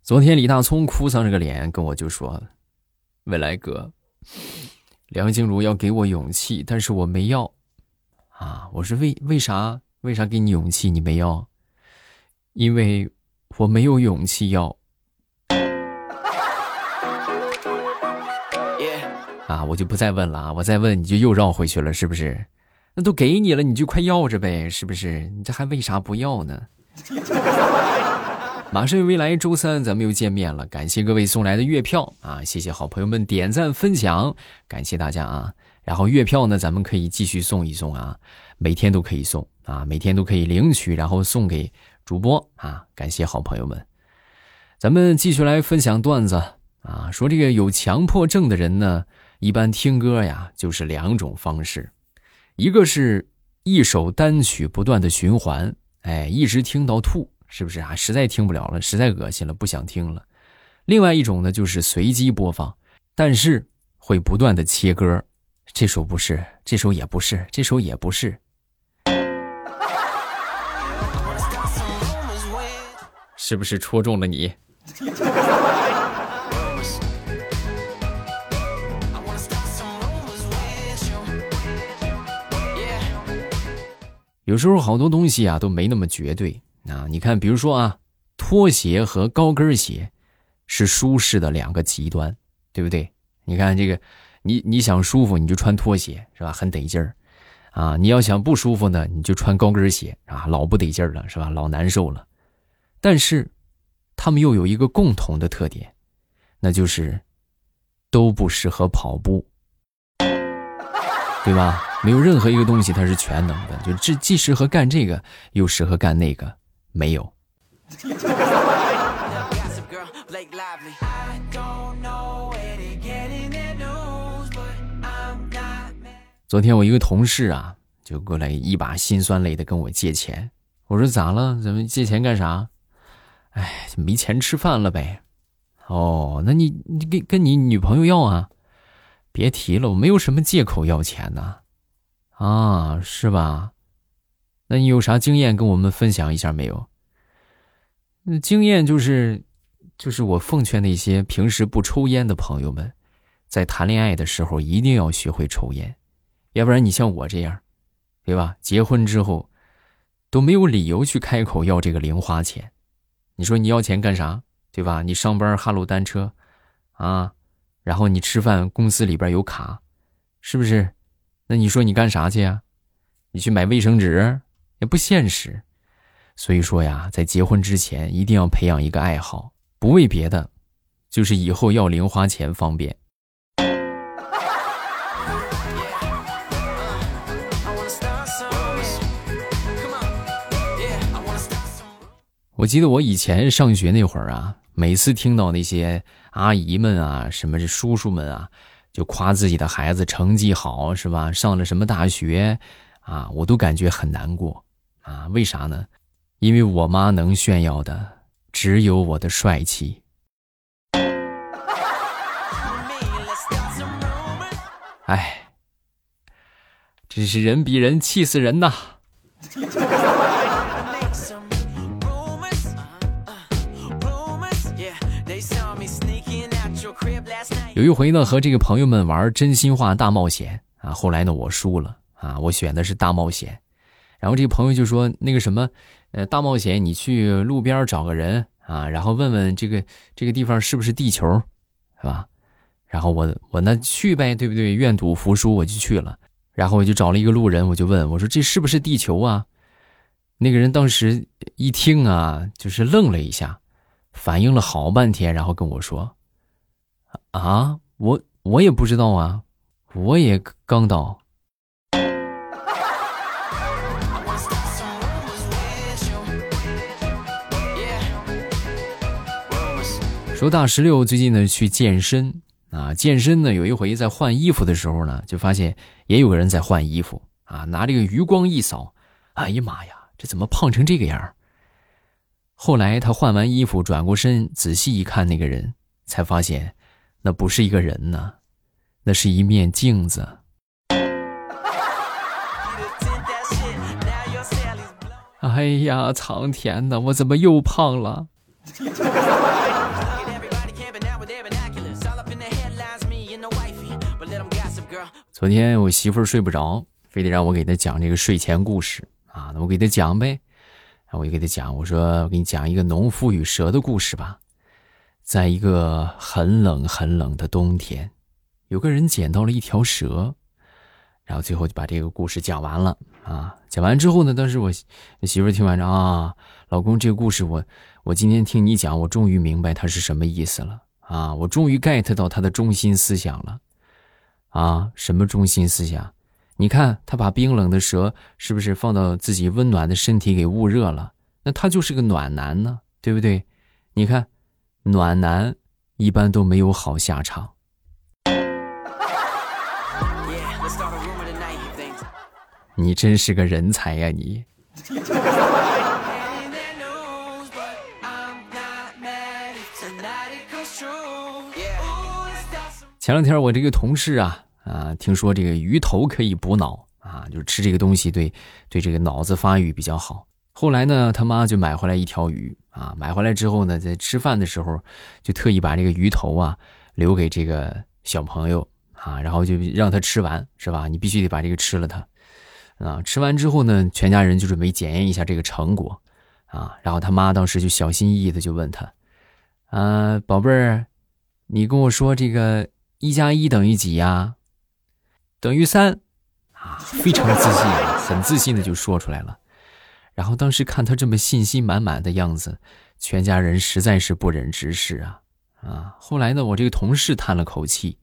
昨天李大聪哭丧着个脸跟我就说，未来哥，梁静茹要给我勇气，但是我没要啊。我说为啥给你勇气你没要？因为我没有勇气要啊，我就不再问了啊，我再问你就又绕回去了，是不是？那都给你了，你就快要着呗，是不是？你这还为啥不要呢？马上未来周三咱们又见面了，感谢各位送来的月票啊，谢谢好朋友们点赞分享，感谢大家啊。然后月票呢咱们可以继续送一送啊，每天都可以送啊，每天都可以领取然后送给主播啊，感谢好朋友们。咱们继续来分享段子啊，说这个有强迫症的人呢，一般听歌呀就是两种方式，一个是一首单曲不断的循环，一直听到吐，是不是啊？实在听不了了，实在恶心了，不想听了。另外一种呢就是随机播放，但是会不断的切歌，这首不是，这首也不是，这首也不是。是不是戳中了你？有时候好多东西啊都没那么绝对啊。你看比如说啊，拖鞋和高跟鞋是舒适的两个极端，对不对？你看这个你想舒服你就穿拖鞋，是吧？很得劲儿啊。你要想不舒服呢，你就穿高跟鞋啊，老不得劲儿了，是吧？老难受了。但是他们又有一个共同的特点，那就是都不适合跑步，对吧？没有任何一个东西它是全能的，就既适合干这个又适合干那个，没有。昨天我一个同事啊就过来一把辛酸泪的跟我借钱，我说咋了？咱们借钱干啥？没钱吃饭了呗。哦，那你跟你女朋友要啊？别提了，我没有什么借口要钱呢。啊，是吧？那你有啥经验跟我们分享一下没有？经验就是我奉劝那些平时不抽烟的朋友们，在谈恋爱的时候一定要学会抽烟，要不然你像我这样，对吧？结婚之后都没有理由去开口要这个零花钱。你说你要钱干啥？对吧？你上班哈鲁单车啊，然后你吃饭公司里边有卡，是不是？那你说你干啥去啊？你去买卫生纸也不现实。所以说呀，在结婚之前一定要培养一个爱好，不为别的，就是以后要零花钱方便。我记得我以前上学那会儿啊，每次听到那些阿姨们啊，什么叔叔们啊，就夸自己的孩子成绩好，是吧？上了什么大学啊，我都感觉很难过啊。为啥呢？因为我妈能炫耀的只有我的帅气。真是人比人气死人呐。有一回呢，和这个朋友们玩真心话大冒险啊，后来呢我输了啊，我选的是大冒险。然后这个朋友就说那个什么大冒险你去路边找个人啊，然后问问这个地方是不是地球，是吧？然后我那去呗，对不对？愿赌服输，我就去了。然后我就找了一个路人，我就问我说这是不是地球啊？那个人当时一听啊，就是愣了一下，反应了好半天，然后跟我说啊，我也不知道啊，我也刚到。说大石榴最近呢去健身啊，健身呢有一回在换衣服的时候呢，就发现也有个人在换衣服啊，拿这个余光一扫，哎呀妈呀，这怎么胖成这个样？后来他换完衣服转过身仔细一看，那个人才发现那不是一个人呢，那是一面镜子。哎呀，苍天哪，我怎么又胖了？ 昨天我媳妇儿睡不着，非得让我给她讲这个睡前故事啊，那我给她讲呗。我就给她讲，我说我给你讲一个农夫与蛇的故事吧。在一个很冷很冷的冬天，有个人捡到了一条蛇，然后最后就把这个故事讲完了啊。讲完之后呢，当时我媳妇儿听完了啊，老公这个故事我今天听你讲，我终于明白它是什么意思了啊，我终于 get 到它的中心思想了啊。什么中心思想？你看他把冰冷的蛇是不是放到自己温暖的身体给捂热了，那他就是个暖男呢，对不对？你看暖男一般都没有好下场。你真是个人才呀你。前两天我这个同事听说这个鱼头可以补脑啊，就是吃这个东西对这个脑子发育比较好。后来呢，他妈就买回来一条鱼啊，买回来之后呢，在吃饭的时候就特意把这个鱼头留给这个小朋友啊，然后就让他吃完，是吧？你必须得把这个吃了它啊。吃完之后呢，全家人就准备检验一下这个成果啊，然后他妈当时就小心翼翼的就问他宝贝儿，你跟我说这个1+1等于几呀？等于3啊，非常自信，很自信的就说出来了。然后当时看他这么信心满满的样子，全家人实在是不忍直视啊。后来呢，我这个同事叹了口气，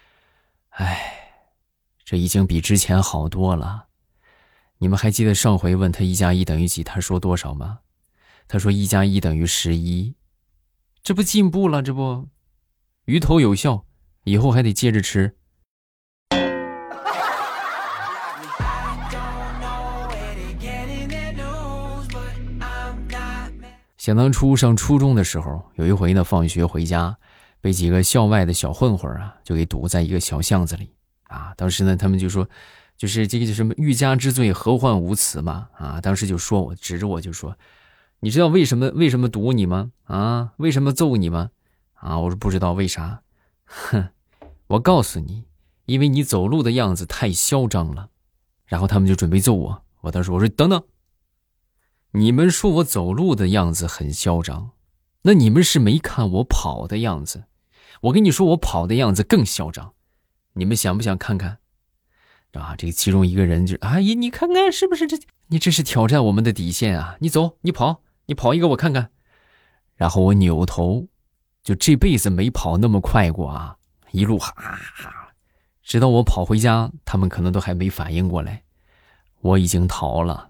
这已经比之前好多了。你们还记得上回问他1+1等于几，他说多少吗？他说1+1等于11，这不进步了？这不，鱼头有效，以后还得接着吃。想当初上初中的时候，有一回呢，放学回家，被几个校外的小混混就给堵在一个小巷子里啊。当时呢，他们就说，就是这个什么欲加之罪，何患无辞嘛啊。当时就说我指着我就说，你知道为什么堵你吗？啊，为什么揍你吗？啊，我说不知道为啥。哼，我告诉你，因为你走路的样子太嚣张了。然后他们就准备揍我，我当时我说等等。你们说我走路的样子很嚣张，那你们是没看我跑的样子。我跟你说我跑的样子更嚣张，你们想不想看看？啊，这其中一个人就你看看是不是你这是挑战我们的底线啊，你走你跑一个我看看。然后我扭头，就这辈子没跑那么快过一路直到我跑回家，他们可能都还没反应过来，我已经逃了。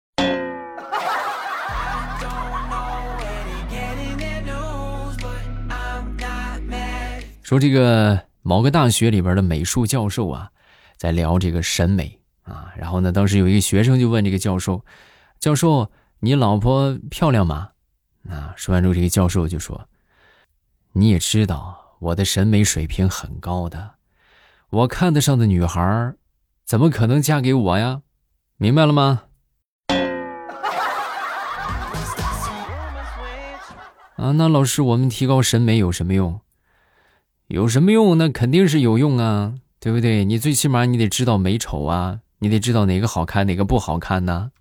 说这个某个大学里边的美术教授在聊这个审美然后呢，当时有一个学生就问这个教授，你老婆漂亮吗？说完之后，这个教授就说，你也知道我的审美水平很高的，我看得上的女孩怎么可能嫁给我呀？明白了吗？那老师，我们提高审美有什么用？有什么用？那肯定是有用啊，对不对？你最起码你得知道美丑你得知道哪个好看哪个不好看呢。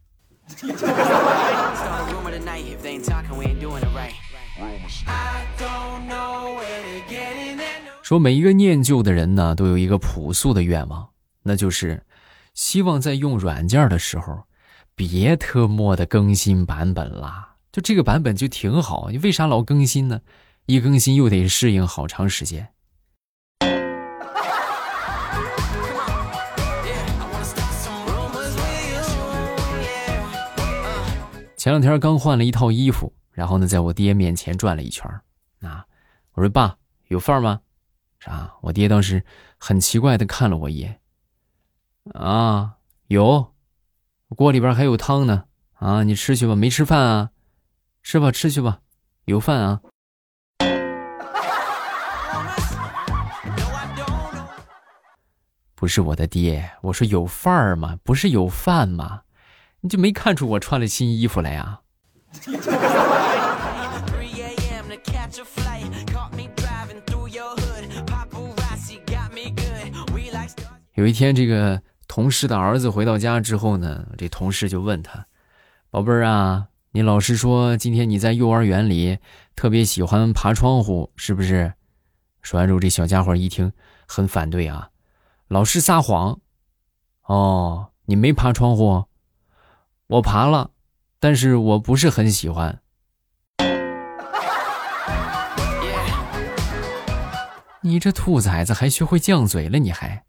说每一个念旧的人呢，都有一个朴素的愿望，那就是希望在用软件的时候别特么的更新版本啦，就这个版本就挺好，你为啥老更新呢？一更新又得适应好长时间。前两天刚换了一套衣服，然后呢，在我爹面前转了一圈我说爸，有饭吗？我爹当时很奇怪的看了我一眼。有，锅里边还有汤呢你吃去吧，没吃饭吃吧，吃去吧，有饭不是我的爹，我说有饭儿吗？不是有饭吗？你就没看出我穿了新衣服来有一天这个同事的儿子回到家之后呢，这同事就问他，宝贝儿啊，你老师说今天你在幼儿园里特别喜欢爬窗户，是不是？说完之后这小家伙一听很反对啊，老师撒谎。哦，你没爬窗户？我爬了，但是我不是很喜欢。你这兔崽子还学会犟嘴了，你还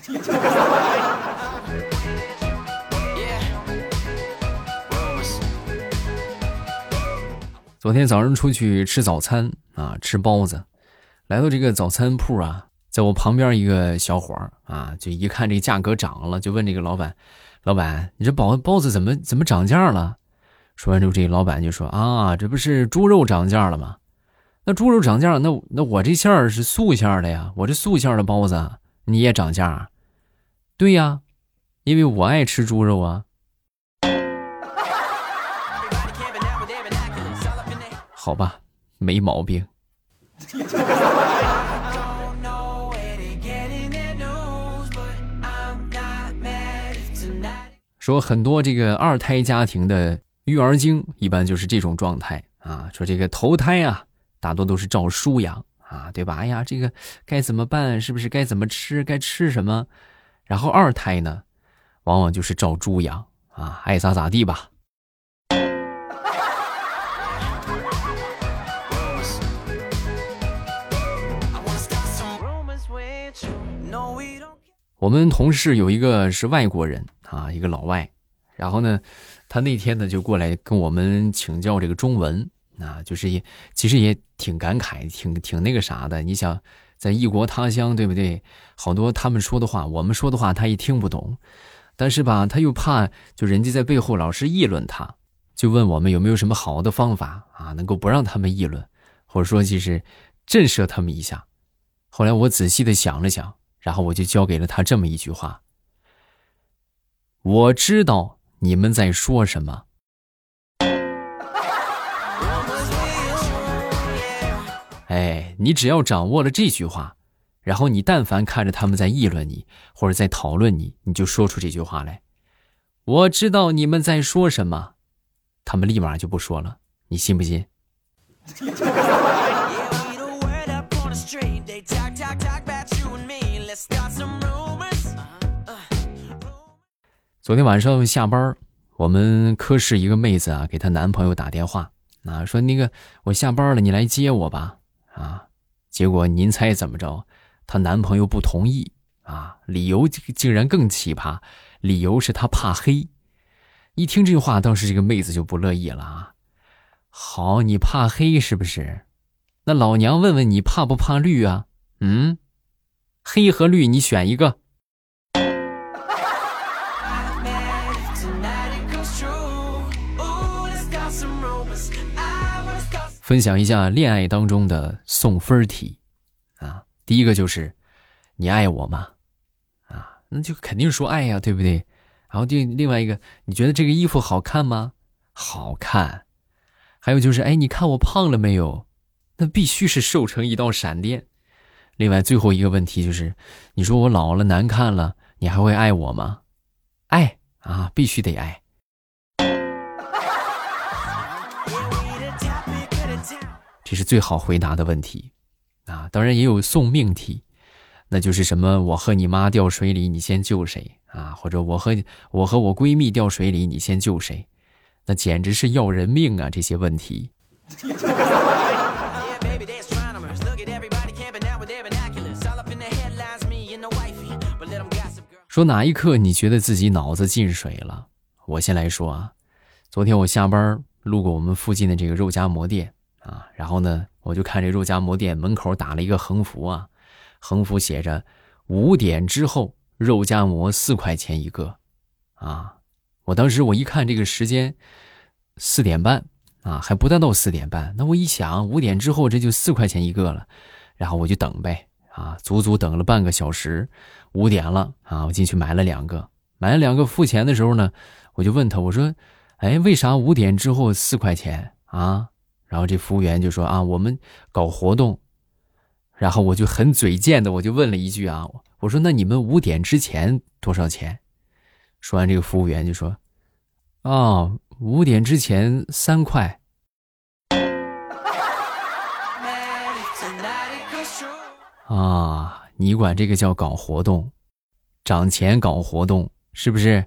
昨天早上出去吃早餐啊，吃包子，来到这个早餐铺啊，在我旁边一个小伙啊，就一看这价格涨了，就问这个老板，老板，你这包子怎么涨价了？说完之后，这个老板就说啊，这不是猪肉涨价了吗？那猪肉涨价，那我这馅儿是素馅儿的呀，我这素馅儿的包子你也涨价？对呀，因为我爱吃猪肉啊。好吧，没毛病。说很多这个二胎家庭的育儿经一般就是这种状态啊，说这个头胎啊大多都是照书养啊，对吧？哎呀，这个该怎么办？是不是该怎么吃？该吃什么？然后二胎呢，往往就是照猪养啊，爱咋咋地吧。我们同事有一个是外国人啊，一个老外，然后呢，他那天呢就过来跟我们请教这个中文啊，就是其实也挺感慨，挺那个啥的。你想在异国他乡，对不对？好多他们说的话，我们说的话他也听不懂，但是吧，他又怕就人家在背后老是议论他，就问我们有没有什么好的方法啊，能够不让他们议论，或者说就是震慑他们一下。后来我仔细的想了想，然后我就交给了他这么一句话：我知道你们在说什么。哎，你只要掌握了这句话，然后你但凡看着他们在议论你或者在讨论你，你就说出这句话来：我知道你们在说什么。他们立马就不说了，你信不信？昨天晚上下班，我们科室一个妹子啊，给她男朋友打电话啊，说那个我下班了，你来接我吧啊。结果您猜怎么着？她男朋友不同意啊，理由竟然更奇葩，理由是他怕黑。一听这话，当时这个妹子就不乐意了啊。好，你怕黑是不是？那老娘问问你怕不怕绿啊？黑和绿你选一个。分享一下恋爱当中的送分题啊，第一个就是你爱我吗？啊，那就肯定说爱呀，对不对？然后另外一个，你觉得这个衣服好看吗？好看。还有就是，哎，你看我胖了没有？那必须是瘦成一道闪电。另外最后一个问题就是，你说我老了难看了，你还会爱我吗？爱啊，必须得爱。这是最好回答的问题啊，当然也有送命题，那就是什么我和你妈掉水里你先救谁啊，或者我和我闺蜜掉水里你先救谁，那简直是要人命啊，这些问题。说哪一刻你觉得自己脑子进水了？我先来说啊，昨天我下班路过我们附近的这个肉夹馍店啊，然后呢，我就看这肉夹馍店门口打了一个横幅啊，横幅写着5点之后肉夹馍4块钱一个啊。我当时我一看这个时间4点半啊，还不到4点半，那我一想5点之后这就4块钱一个了，然后我就等呗啊，足足等了半个小时，5点了啊，我进去买了2个，付钱的时候呢，我就问他，我说，哎，为啥5点之后4块钱啊？ 然后这服务员就说啊，我们搞活动。然后我就很嘴贱的我就问了一句啊，我说那你们5点之前多少钱？说完这个服务员就说5点之前3块。啊，你管这个叫搞活动，涨钱搞活动是不是？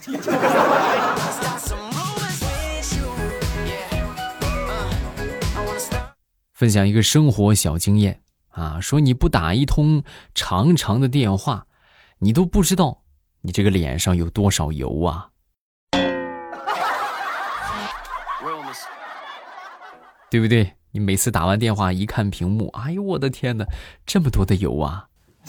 分享一个生活小经验啊，说你不打一通长长的电话，你都不知道你这个脸上有多少油啊。对不对？你每次打完电话一看屏幕，哎呦我的天哪，这么多的油啊。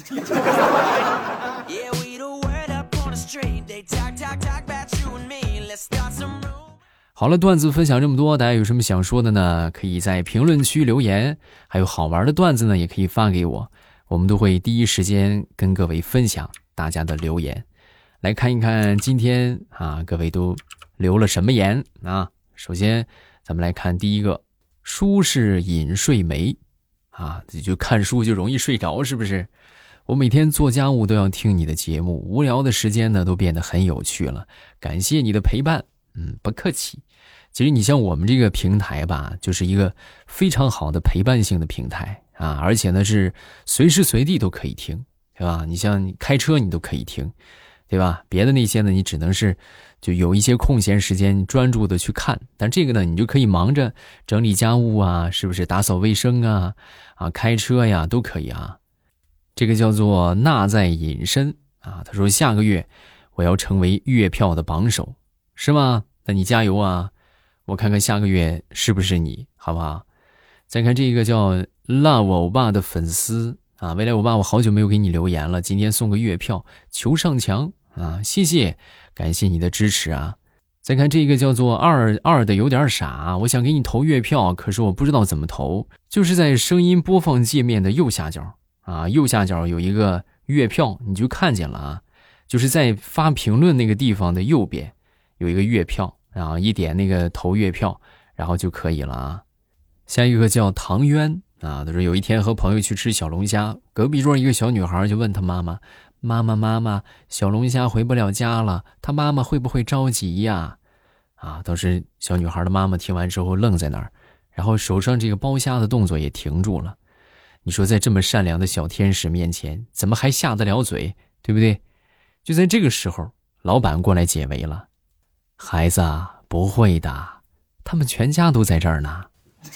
好了，段子分享这么多，大家有什么想说的呢？可以在评论区留言，还有好玩的段子呢也可以发给我，我们都会第一时间跟各位分享大家的留言。来看一看今天啊，各位都留了什么言啊？首先咱们来看第一个，书是饮睡梅啊，就看书就容易睡着是不是？我每天做家务都要听你的节目，无聊的时间呢都变得很有趣了，感谢你的陪伴。不客气。其实你像我们这个平台吧，就是一个非常好的陪伴性的平台啊，而且呢是随时随地都可以听，对吧？你像你开车你都可以听，对吧？别的那些呢，你只能是就有一些空闲时间专注的去看，但这个呢，你就可以忙着整理家务啊，是不是打扫卫生啊，开车呀都可以啊。这个叫做纳在隐身啊，他说下个月我要成为月票的榜首。是吗？那你加油啊！我看看下个月是不是你，好不好？再看这个叫 Love 欧巴的粉丝啊，未来欧巴，我好久没有给你留言了，今天送个月票，求上墙啊！谢谢，感谢你的支持啊！再看这个叫做二的有点傻，我想给你投月票，可是我不知道怎么投，就是在声音播放界面的右下角啊，右下角有一个月票，你就看见了啊，就是在发评论那个地方的右边。有一个月票，然后一点那个投月票，然后就可以了啊。下一个叫唐渊啊，他说有一天和朋友去吃小龙虾，隔壁桌一个小女孩就问他妈妈：“妈妈，小龙虾回不了家了，他妈妈会不会着急呀？”啊，当时小女孩的妈妈听完之后愣在那儿，然后手上这个剥虾的动作也停住了。你说在这么善良的小天使面前，怎么还下得了嘴，对不对？就在这个时候，老板过来解围了。孩子啊，不会的，他们全家都在这儿呢。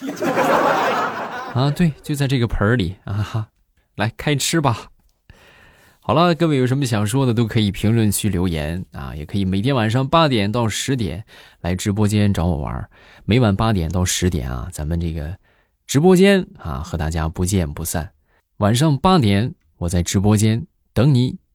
啊，对，就在这个盆里啊，来开吃吧。好了，各位有什么想说的都可以评论区留言啊，也可以每天晚上8点到10点来直播间找我玩，每晚8点到10点啊，咱们这个直播间啊和大家不见不散。晚上8点我在直播间等你